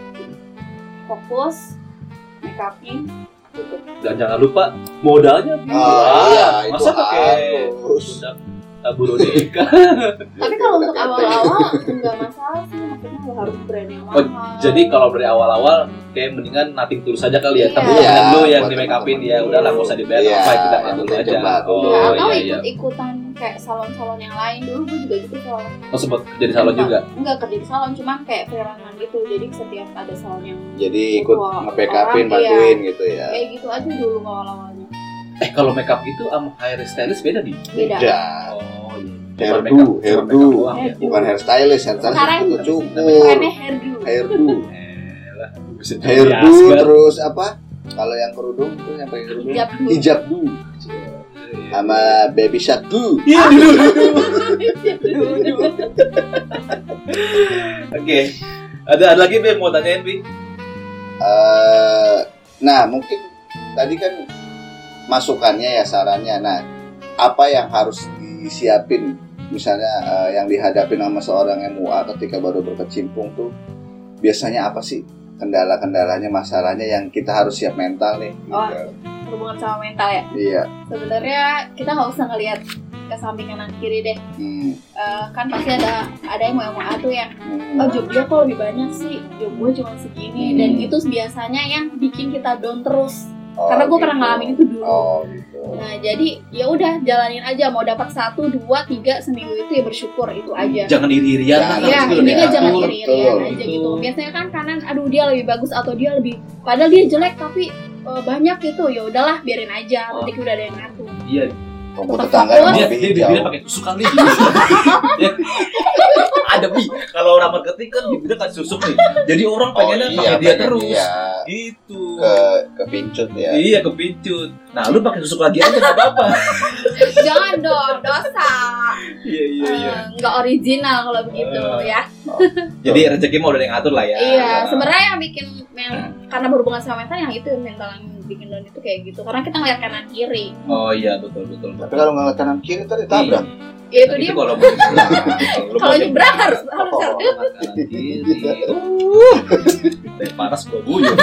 [SPEAKER 3] fokus make upnya gitu.
[SPEAKER 1] Dan jangan lupa modalnya.
[SPEAKER 2] Oh,
[SPEAKER 1] Wah,
[SPEAKER 2] iya, itu
[SPEAKER 1] masa pakai
[SPEAKER 2] harus.
[SPEAKER 1] produk tabur boneka?
[SPEAKER 3] Tapi kalau untuk awal-awal nggak masalah sih, maksudnya nggak harus brand yang mahal.
[SPEAKER 1] Oh, jadi kalau dari awal-awal kayak mendingan nothing tulus aja kali ya.
[SPEAKER 3] Iya.
[SPEAKER 1] Tapi
[SPEAKER 2] Iya,
[SPEAKER 1] jangan lu yang
[SPEAKER 2] buat
[SPEAKER 1] di make upin
[SPEAKER 2] teman-teman
[SPEAKER 1] ya
[SPEAKER 2] dulu.
[SPEAKER 1] udahlah nggak usah dibayar
[SPEAKER 2] Iya,
[SPEAKER 1] apa kita bantu
[SPEAKER 2] kita
[SPEAKER 1] aja.
[SPEAKER 2] coba dulu.
[SPEAKER 1] Oh
[SPEAKER 3] Ya, atau
[SPEAKER 1] iya iya.
[SPEAKER 3] ikut-ikutan kayak salon-salon yang lain. Dulu gue juga gitu salon.
[SPEAKER 1] Oh sempat kerja di salon juga.
[SPEAKER 3] Enggak kerja di salon, cuma kayak freelance gitu. Jadi setiap ada salon yang
[SPEAKER 2] Jadi ikut
[SPEAKER 3] Wah,
[SPEAKER 2] nge-make upin,
[SPEAKER 3] orang,
[SPEAKER 2] bantuin gitu ya.
[SPEAKER 3] kayak gitu aja dulu awal-awalnya.
[SPEAKER 1] Eh kalau make up itu sama hair stylist beda di?
[SPEAKER 3] Beda.
[SPEAKER 2] Beda.
[SPEAKER 1] Oh iya.
[SPEAKER 2] Hairdo,
[SPEAKER 1] Cuma make up- cuma
[SPEAKER 2] hairdo.
[SPEAKER 1] make up doang ya.
[SPEAKER 3] Hairdo.
[SPEAKER 2] Bukan hairstylist, hairstylist
[SPEAKER 3] Sekarang
[SPEAKER 2] itu
[SPEAKER 1] tapi
[SPEAKER 2] cukur.
[SPEAKER 3] Trennya hairdo.
[SPEAKER 2] Hairdo.
[SPEAKER 1] Elah, bisa jadi
[SPEAKER 2] Hairdo
[SPEAKER 1] asgar.
[SPEAKER 2] terus apa? Kalau yang kerudung itu yang pakai kerudung
[SPEAKER 3] Hijab dulu.
[SPEAKER 2] hijab du sama baby shark du.
[SPEAKER 1] Iya dulu. Oke. Ada ada lagi Bi mau tanyain Bi?
[SPEAKER 2] Eh, nah mungkin tadi kan masukannya ya, sarannya. Nah, apa yang harus disiapin misalnya eh, yang dihadapin sama seorang M U A ketika baru berkecimpung tuh biasanya apa sih kendala-kendalanya, masalahnya yang kita harus siap mental nih
[SPEAKER 3] Oh.
[SPEAKER 2] gitu.
[SPEAKER 3] Hubungan sama mental ya.
[SPEAKER 2] Iya.
[SPEAKER 3] Sebenarnya kita nggak usah ngelihat ke samping kanan kiri deh.
[SPEAKER 2] Hmm.
[SPEAKER 3] Eh, kan pasti ada ada yang mau A tuh yang
[SPEAKER 2] Hmm.
[SPEAKER 3] oh job dia kok lebih banyak sih, job gue cuma segini,
[SPEAKER 2] Hmm.
[SPEAKER 3] dan itu biasanya yang bikin kita down terus.
[SPEAKER 2] Oh,
[SPEAKER 3] Karena gue pernah
[SPEAKER 2] gitu.
[SPEAKER 3] ngalamin itu dulu.
[SPEAKER 2] Oh gitu.
[SPEAKER 3] Nah jadi ya udah jalanin aja, mau dapat satu, dua, tiga seminggu itu ya bersyukur itu aja.
[SPEAKER 1] Jangan iri-irian
[SPEAKER 2] Jangan.
[SPEAKER 1] lah,
[SPEAKER 3] Ya
[SPEAKER 1] harus
[SPEAKER 3] intinya
[SPEAKER 1] diatur.
[SPEAKER 3] jangan
[SPEAKER 2] Betul,
[SPEAKER 3] iri-irian
[SPEAKER 2] betul.
[SPEAKER 3] aja gitu. Biasanya kan kanan, aduh dia lebih bagus atau dia lebih, padahal dia jelek tapi eh, banyak gitu, ya udahlah biarin aja.
[SPEAKER 1] Oh.
[SPEAKER 3] Nanti udah ada yang ngatur.
[SPEAKER 1] Iya.
[SPEAKER 2] Rumput
[SPEAKER 3] Tetap
[SPEAKER 2] tetangga
[SPEAKER 3] fokus.
[SPEAKER 2] yang
[SPEAKER 1] Dia
[SPEAKER 2] lebih
[SPEAKER 1] dia
[SPEAKER 2] hijau.
[SPEAKER 1] bibirnya pakai tusuk kali. Ya. Ada Bi, kalau orang marketing kan bibirnya kan susuk nih. Jadi orang
[SPEAKER 2] Oh,
[SPEAKER 1] pengennya
[SPEAKER 2] iya,
[SPEAKER 1] pakai dia
[SPEAKER 2] pengen
[SPEAKER 1] terus.
[SPEAKER 2] dia
[SPEAKER 1] Gitu.
[SPEAKER 2] ke kepincut ya.
[SPEAKER 1] Iya kepincut. Nah lu pakai susuk lagi aja nggak apa-apa.
[SPEAKER 3] Jangan dong, dosa.
[SPEAKER 1] Iya iya iya.
[SPEAKER 3] Eh, nggak original kalau begitu
[SPEAKER 1] Eh.
[SPEAKER 3] ya.
[SPEAKER 1] Jadi rezeki mau udah yang ngatur lah ya.
[SPEAKER 3] Iya, sebenarnya yang bikin yang, karena berhubungan sama mental yang itu mental yang bikin down itu kayak gitu. Karena kita ngeliat kanan kiri.
[SPEAKER 1] Oh iya betul betul.
[SPEAKER 2] Tapi kalau nggak kanan kiri tadi tabrak.
[SPEAKER 3] Ya itu
[SPEAKER 1] Nah,
[SPEAKER 3] dia.
[SPEAKER 1] kalau mau nyebrang. Lu
[SPEAKER 3] Kalau
[SPEAKER 1] mau
[SPEAKER 3] nyebrang harus harus
[SPEAKER 2] Oh.
[SPEAKER 3] harus.
[SPEAKER 1] kanan kiri. Uh. Teh panas gua buyur.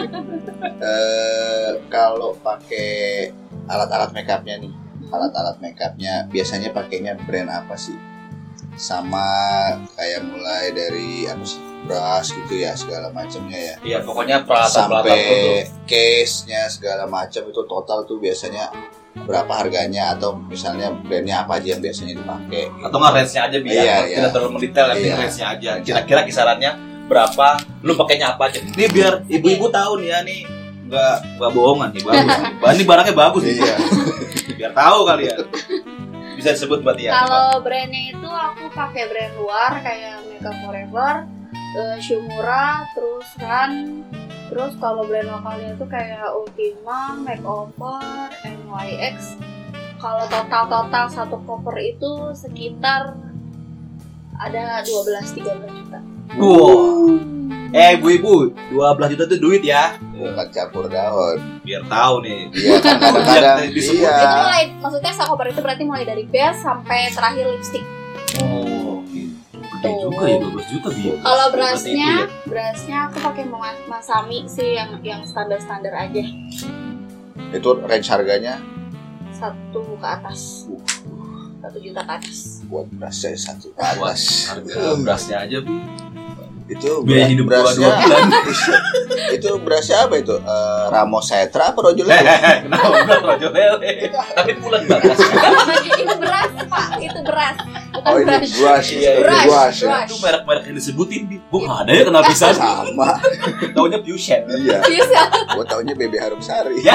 [SPEAKER 2] Eh, kalau pakai alat-alat makeupnya nih, alat-alat makeupnya biasanya pakainya brand apa sih? Sama kayak mulai dari apa sih, brush gitu ya segala macamnya ya.
[SPEAKER 1] Iya pokoknya peralatan-peralatan
[SPEAKER 2] Sampai
[SPEAKER 1] produk.
[SPEAKER 2] case-nya segala macam itu total tuh biasanya berapa harganya atau misalnya brandnya apa aja yang biasanya dipakai gitu.
[SPEAKER 1] Atau nggak range-nya aja biar
[SPEAKER 2] Iya,
[SPEAKER 1] tidak
[SPEAKER 2] iya.
[SPEAKER 1] terlalu mendetail ya,
[SPEAKER 2] Iya.
[SPEAKER 1] range-nya aja. Kira-kira kisarannya berapa? Lu pakainya apa aja? Ini biar ibu-ibu tahu nih ya nih nggak nggak bohongan nih bagus. Bahan ini barangnya bagus nih.
[SPEAKER 2] Iya.
[SPEAKER 1] Biar tahu kali ya. Bisa disebut buat ya.
[SPEAKER 3] Kalau brandnya itu aku pakai brand luar kayak Makeup Forever, uh, Shumura, terus Run. Terus kalau brand lokalnya itu kayak Ultima, Makeover, N Y X. Kalau total-total satu koper itu sekitar ada dua belas tiga belas juta.
[SPEAKER 1] Wow. Eh ibu-ibu, dua belas juta itu duit ya.
[SPEAKER 2] Bukan campur daun.
[SPEAKER 1] Biar tahu nih.
[SPEAKER 2] Iya kan kadang-kadang
[SPEAKER 1] Yang disebut.
[SPEAKER 2] iya.
[SPEAKER 3] Itu mulai, maksudnya satu koper itu berarti mulai dari base sampai terakhir lipstick.
[SPEAKER 1] Oh, gede juga ya dua belas juta dia.
[SPEAKER 3] Kalau berasnya, berasnya aku pakai Mas- Masami sih yang yang standar-standar aja.
[SPEAKER 2] Itu range harganya
[SPEAKER 3] Satu ke atas. Satu juta ke atas.
[SPEAKER 2] buat berasnya satu ke
[SPEAKER 1] Buat
[SPEAKER 2] atas.
[SPEAKER 1] harga berasnya aja Bi.
[SPEAKER 2] Itu
[SPEAKER 1] Biaya hidup gua
[SPEAKER 2] berasnya
[SPEAKER 1] dua bulan.
[SPEAKER 2] itu berasnya apa itu? Eh, Ramos Setra apa Rojo Lele?
[SPEAKER 1] Kenapa bukan Rojo Lele? Tapi bulan bagas.
[SPEAKER 3] Itu beras, Pak. Itu beras. Bukan
[SPEAKER 2] Oh ini
[SPEAKER 3] beras.
[SPEAKER 2] brush,
[SPEAKER 1] Iya,
[SPEAKER 2] itu
[SPEAKER 3] brush,
[SPEAKER 2] brush ya.
[SPEAKER 3] brush.
[SPEAKER 1] Itu merek-merek yang disebutin Bi. Gua nggak ada ya kenapa bisa.
[SPEAKER 2] Sama.
[SPEAKER 1] Taunya Fusion.
[SPEAKER 2] Iya.
[SPEAKER 3] Bisa.
[SPEAKER 2] Gua taunya Bebe Harum Sari.
[SPEAKER 1] Ya.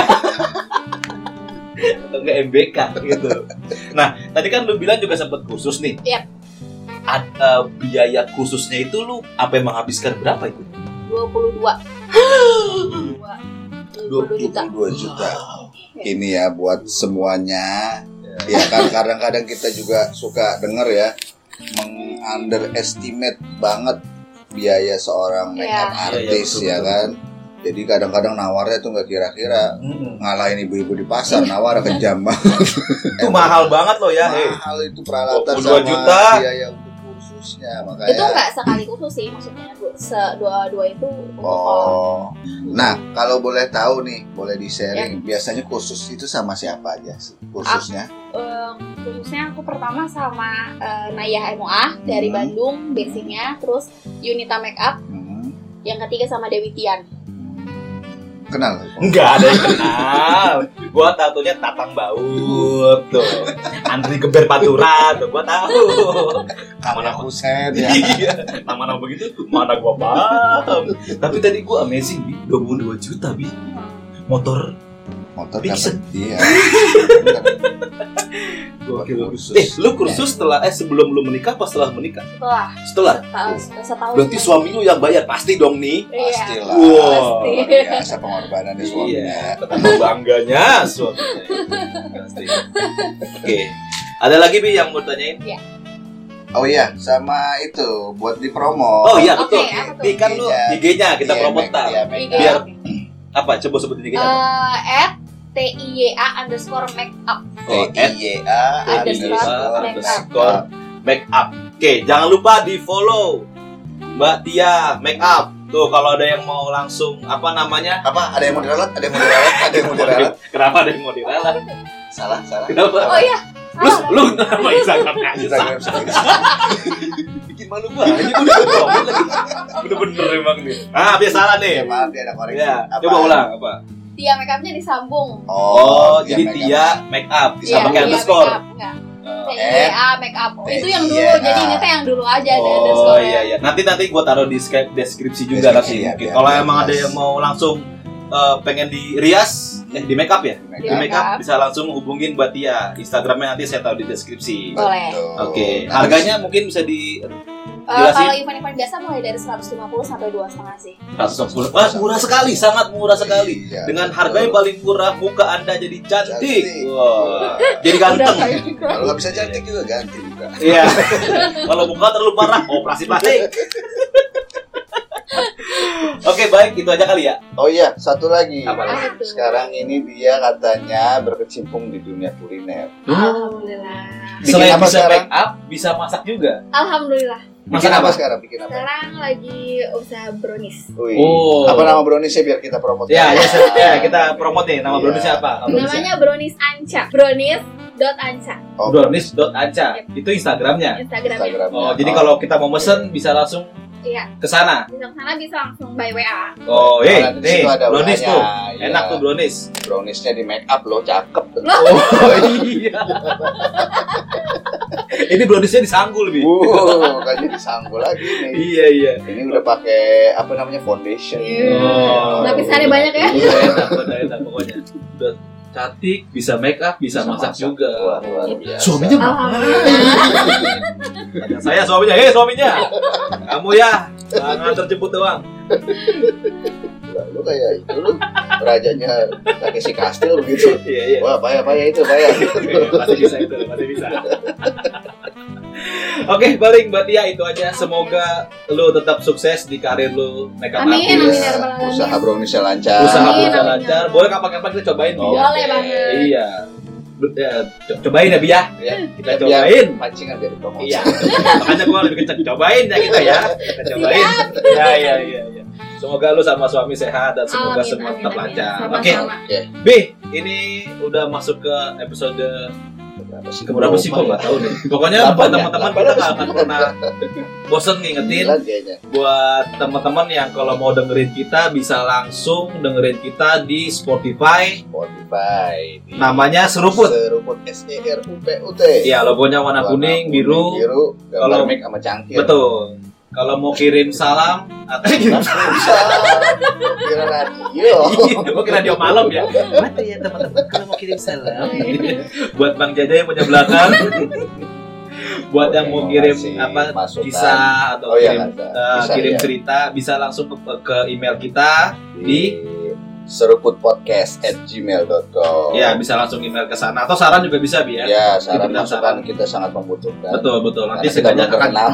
[SPEAKER 1] Atau enggak M B K gitu. Nah, tadi kan lu bilang juga sempat kursus nih.
[SPEAKER 3] Iya.
[SPEAKER 1] Ad- eh, biaya kursusnya itu lu apa yang menghabiskan berapa itu?
[SPEAKER 3] dua puluh dua. dua puluh dua juta.
[SPEAKER 2] dua juta. Ini ya buat semuanya. Ya kan kadang-kadang kita juga suka denger ya meng-underestimate banget biaya seorang makeup
[SPEAKER 3] Iya.
[SPEAKER 1] Iya, iya,
[SPEAKER 2] artis
[SPEAKER 1] betul,
[SPEAKER 2] ya
[SPEAKER 1] betul.
[SPEAKER 2] kan. Jadi kadang-kadang nawarnya tuh nggak kira-kira,
[SPEAKER 1] Mm-mm.
[SPEAKER 2] ngalahin ibu-ibu di pasar nawar kejam banget.
[SPEAKER 1] Itu mahal banget loh ya. Eh,
[SPEAKER 2] Mahal itu peralatan
[SPEAKER 1] dua puluh dua
[SPEAKER 2] sama
[SPEAKER 1] juta.
[SPEAKER 2] biaya untuk kursusnya makanya.
[SPEAKER 3] Itu enggak sekali kursus sih, maksudnya du- se- dua-dua itu untuk
[SPEAKER 2] Oh, nah kalau boleh tahu nih, boleh di sharing. Biasanya kursus itu sama siapa aja sih kursusnya?
[SPEAKER 3] Eh, khususnya aku pertama sama eh, Nayah M O A dari
[SPEAKER 2] Hmm.
[SPEAKER 3] Bandung basicnya, terus Yunita Makeup,
[SPEAKER 2] Hmm.
[SPEAKER 3] yang ketiga sama Dewi Tian.
[SPEAKER 2] Kenal?
[SPEAKER 1] Enggak ada yang kenal. Gua taunya Tatang Baut tuh. Andri Geber Pantura tuh gua tahu.
[SPEAKER 2] Mana Husen ya?
[SPEAKER 1] Iya. Nama-nama begitu mana gua paham. Tapi tadi gua amazing Bi, dua puluh dua juta Bi. Motor
[SPEAKER 2] Motor
[SPEAKER 1] Vixen.
[SPEAKER 2] dapat. Iya.
[SPEAKER 1] Gokil.
[SPEAKER 2] Kursus.
[SPEAKER 1] Eh, lu kursus setelah eh sebelum lu menikah apa setelah menikah?
[SPEAKER 3] Setelah
[SPEAKER 1] Setelah.
[SPEAKER 3] setahun, setahun
[SPEAKER 1] Berarti suami lu yang bayar pasti dong nih.
[SPEAKER 3] Iya.
[SPEAKER 2] Pastilah.
[SPEAKER 1] Wow.
[SPEAKER 3] Pasti.
[SPEAKER 2] Luar biasa pengorbanannya suaminya.
[SPEAKER 1] Iya, betapa bangganya suaminya. Pasti. Oke. Ada lagi Bi yang mau tanyain?
[SPEAKER 2] Oh iya, sama itu buat di promo.
[SPEAKER 1] Oh iya
[SPEAKER 3] Oke,
[SPEAKER 1] betul.
[SPEAKER 3] apa tuh?
[SPEAKER 1] Ini kan lu
[SPEAKER 2] I G-nya.
[SPEAKER 1] I G-nya kita
[SPEAKER 2] Iya,
[SPEAKER 1] promote
[SPEAKER 2] make-
[SPEAKER 1] tar.
[SPEAKER 2] iya, make
[SPEAKER 3] I G.
[SPEAKER 2] up.
[SPEAKER 1] Biar apa? Coba sebutin I G-nya apa?
[SPEAKER 3] Eh, at T I Y A underscore makeup.
[SPEAKER 1] Oh,
[SPEAKER 2] T I Y A
[SPEAKER 3] Underscore
[SPEAKER 2] underscore
[SPEAKER 1] underscore make up. Oke, jangan lupa di follow Mbak Tia Make Up. Tuh kalau ada yang mau langsung apa namanya?
[SPEAKER 2] Apa? Ada yang mau diralat? Ada yang mau diralat? Ada yang mau diralat?
[SPEAKER 1] Kenapa ada yang mau diralat?
[SPEAKER 2] Salah, salah.
[SPEAKER 1] Kenapa?
[SPEAKER 3] Oh iya.
[SPEAKER 1] Lu
[SPEAKER 3] salah.
[SPEAKER 1] lu nama Instagramnya aja
[SPEAKER 2] Instagram sendiri.
[SPEAKER 1] bikin malu gua. Ini gua udah ngomong lagi. Bener-bener emang nih. Ah, biasa salah
[SPEAKER 2] Ya
[SPEAKER 1] nih.
[SPEAKER 2] maaf ya ada koreksi.
[SPEAKER 1] Ya,
[SPEAKER 2] Apa?
[SPEAKER 1] coba ulang apa?
[SPEAKER 3] Tia makeupnya disambung.
[SPEAKER 1] Oh,
[SPEAKER 2] Tia
[SPEAKER 1] jadi
[SPEAKER 2] make up.
[SPEAKER 1] Tia Make Up
[SPEAKER 3] Iya,
[SPEAKER 1] sama kayak
[SPEAKER 3] Tia
[SPEAKER 1] underscore.
[SPEAKER 3] Makeup, enggak.
[SPEAKER 1] Oh.
[SPEAKER 3] T I Y A makeup.
[SPEAKER 2] T
[SPEAKER 3] Itu yang
[SPEAKER 2] I Y A.
[SPEAKER 3] dulu. Jadi ingetnya yang dulu aja ada
[SPEAKER 1] Oh
[SPEAKER 3] underscore.
[SPEAKER 1] iya iya. Nanti nanti gua taruh di skri- deskripsi juga
[SPEAKER 2] Deskripsi,
[SPEAKER 1] nanti.
[SPEAKER 2] ya,
[SPEAKER 1] Mungkin.
[SPEAKER 2] biar-
[SPEAKER 1] Kalau
[SPEAKER 2] biar
[SPEAKER 1] emang ada
[SPEAKER 2] jelas.
[SPEAKER 1] yang mau langsung eh, pengen di rias, eh di make up ya?
[SPEAKER 2] Make
[SPEAKER 1] Di
[SPEAKER 2] up.
[SPEAKER 1] make up bisa langsung hubungin Mbak Tia. Instagramnya nanti saya taruh di deskripsi.
[SPEAKER 3] Boleh.
[SPEAKER 2] Betul.
[SPEAKER 1] Oke.
[SPEAKER 2] Nah,
[SPEAKER 1] Harganya mungkin bisa di
[SPEAKER 3] Eh,
[SPEAKER 1] Jelasin.
[SPEAKER 3] kalau event-event biasa mulai dari seratus lima puluh sampai dua koma lima sih.
[SPEAKER 1] seratus enam puluh. Wah, murah sekali, sangat murah sekali.
[SPEAKER 2] Iya,
[SPEAKER 1] Dengan
[SPEAKER 2] betul.
[SPEAKER 1] harga yang paling murah, muka Anda jadi cantik.
[SPEAKER 2] Cantik.
[SPEAKER 1] Wah, jadi
[SPEAKER 3] Udah
[SPEAKER 1] ganteng.
[SPEAKER 3] kayak gitu.
[SPEAKER 2] Kalau nggak bisa cantik juga ganti juga.
[SPEAKER 1] Iya. Kalau muka terlalu parah, operasi plastik. Oke, baik, itu aja kali ya.
[SPEAKER 2] Oh iya, satu lagi.
[SPEAKER 1] Apa
[SPEAKER 3] lagi? Apa tuh?
[SPEAKER 2] Sekarang ini dia katanya berkecimpung di dunia kuliner.
[SPEAKER 3] Alhamdulillah.
[SPEAKER 2] Bikin
[SPEAKER 1] Selain
[SPEAKER 2] apa
[SPEAKER 1] bisa
[SPEAKER 2] sekarang?
[SPEAKER 1] make up, bisa masak juga.
[SPEAKER 3] Alhamdulillah.
[SPEAKER 2] Bikin
[SPEAKER 1] Masak
[SPEAKER 2] apa sekarang? Bikin apa?
[SPEAKER 3] Sekarang lagi usaha brownies.
[SPEAKER 2] Wih.
[SPEAKER 1] Oh.
[SPEAKER 2] Apa nama browniesnya biar kita promote?
[SPEAKER 1] Ya, ya, se- ya, kita promote nih nama
[SPEAKER 2] Iya.
[SPEAKER 1] browniesnya apa? Nama browniesnya?
[SPEAKER 3] Namanya brownies Anca. Brownies dot Anca.
[SPEAKER 2] Oh,
[SPEAKER 1] brownies dot anca. Itu Instagramnya.
[SPEAKER 3] Instagramnya.
[SPEAKER 2] Instagram.
[SPEAKER 1] Oh, jadi kalau kita mau mesen bisa langsung
[SPEAKER 3] Iya.
[SPEAKER 1] ke sana.
[SPEAKER 3] Bisa ke sana bisa langsung by W A.
[SPEAKER 1] Oh,
[SPEAKER 2] Hey,
[SPEAKER 1] eh, nih, brownies tuh.
[SPEAKER 2] iya.
[SPEAKER 1] Enak tuh brownies.
[SPEAKER 2] Browniesnya di make up loh, cakep tuh.
[SPEAKER 1] Oh iya. Ini browniesnya disanggul, Bi.
[SPEAKER 2] Wow, makanya disanggul lagi nih.
[SPEAKER 1] Iya, iya.
[SPEAKER 2] Ini udah pakai apa namanya foundation.
[SPEAKER 3] Iya.
[SPEAKER 1] Oh.
[SPEAKER 3] Lapisannya banyak ya.
[SPEAKER 1] Udah enak, udah enak pokoknya. Udah cantik, bisa make up, bisa,
[SPEAKER 2] Bisa
[SPEAKER 1] masak,
[SPEAKER 2] masak.
[SPEAKER 1] juga.
[SPEAKER 2] Wah, luar biasa.
[SPEAKER 1] Suaminya Tanya saya suaminya, hei suaminya, kamu ya ngantar jemput doang.
[SPEAKER 2] Lah, lu kayak itu lu rajanya Takeshi Castle begitu.
[SPEAKER 1] Iya iya.
[SPEAKER 2] Wah, payah-payah itu, payah.
[SPEAKER 1] Masih bisa itu, masih bisa. Oke, paling buat dia itu aja. Semoga lu tetap sukses di karir lu makeup
[SPEAKER 3] Amin,
[SPEAKER 1] artist.
[SPEAKER 3] amin ya rabbal alamin.
[SPEAKER 2] Usaha browniesnya lancar.
[SPEAKER 1] Usaha
[SPEAKER 3] Amin,
[SPEAKER 1] bisa
[SPEAKER 3] amin,
[SPEAKER 1] lancar.
[SPEAKER 3] amin.
[SPEAKER 1] Boleh kapan-kapan kita cobain, Bi.
[SPEAKER 2] Oh,
[SPEAKER 1] ya?
[SPEAKER 3] Boleh banget.
[SPEAKER 1] Iya. Ya, co- cobain ya, Bi ya.
[SPEAKER 2] Ya,
[SPEAKER 1] Kita
[SPEAKER 2] biar
[SPEAKER 1] cobain.
[SPEAKER 2] pancingan biar promosi.
[SPEAKER 1] Iya. Makanya gua lebih kenceng cobain ya kita ya. Kita cobain. Iya, iya, iya, iya. Semoga lu sama suami sehat dan semoga
[SPEAKER 3] Amin,
[SPEAKER 1] semua
[SPEAKER 3] amin,
[SPEAKER 1] tetap
[SPEAKER 3] amin.
[SPEAKER 1] lancar.
[SPEAKER 3] Sama-sama.
[SPEAKER 1] Oke. Bi, ini udah masuk ke episode
[SPEAKER 2] Berapa sih?
[SPEAKER 1] keberapa sih gua nggak tahu deh. Pokoknya
[SPEAKER 2] Delapan
[SPEAKER 1] buat
[SPEAKER 2] ya?
[SPEAKER 1] teman-teman
[SPEAKER 2] Delapan
[SPEAKER 1] kita
[SPEAKER 2] ya?
[SPEAKER 1] nggak akan pernah bosen ngingetin.
[SPEAKER 2] Sembilan kayaknya.
[SPEAKER 1] Buat teman-teman yang kalau mau dengerin kita bisa langsung dengerin kita di Spotify.
[SPEAKER 2] Spotify. Di
[SPEAKER 1] Namanya Seruput.
[SPEAKER 2] Seruput S E R U P U T.
[SPEAKER 1] Iya, logonya warna,
[SPEAKER 2] Warna
[SPEAKER 1] kuning,
[SPEAKER 2] kuning,
[SPEAKER 1] biru.
[SPEAKER 2] biru, gambar
[SPEAKER 1] Kalau-
[SPEAKER 2] mic sama cangkir.
[SPEAKER 1] Betul. Kalau mau kirim salam atau kirim salam.
[SPEAKER 2] Bisa. Kira radio.
[SPEAKER 1] Gue kira radio malam ya. Mata ya teman-teman kalau mau kirim salam. Buat Bang Jaja yang punya belakang. Buat yang mau kirim
[SPEAKER 2] Kasih
[SPEAKER 1] apa
[SPEAKER 2] masukan.
[SPEAKER 1] kisah atau
[SPEAKER 2] Oh iya,
[SPEAKER 1] kirim,
[SPEAKER 2] ada.
[SPEAKER 1] uh,
[SPEAKER 2] Bisa,
[SPEAKER 1] kirim
[SPEAKER 2] iya.
[SPEAKER 1] cerita bisa langsung ke, ke email kita.
[SPEAKER 2] di seruputpodcast at gmail dot com.
[SPEAKER 1] Ya, bisa langsung email ke sana atau saran juga bisa, Bi ya.
[SPEAKER 2] Ya, saran
[SPEAKER 1] Diberikan
[SPEAKER 2] masukan
[SPEAKER 1] saran.
[SPEAKER 2] kita sangat membutuhkan.
[SPEAKER 1] Betul, betul. Nanti
[SPEAKER 2] Karena kita
[SPEAKER 1] seenggaknya
[SPEAKER 2] belum
[SPEAKER 1] akan
[SPEAKER 2] terkenal.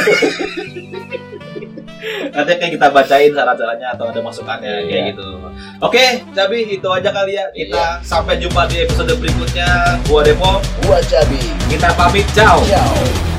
[SPEAKER 1] nanti akan kita bacain saran-sarannya atau ada masukannya
[SPEAKER 2] Iya.
[SPEAKER 1] kayak gitu. Oke, Cabi itu aja kali ya. Kita sampai jumpa di episode berikutnya. Gua Depo,
[SPEAKER 2] Gua Cabi.
[SPEAKER 1] kita pamit, ciao.
[SPEAKER 2] Ciao.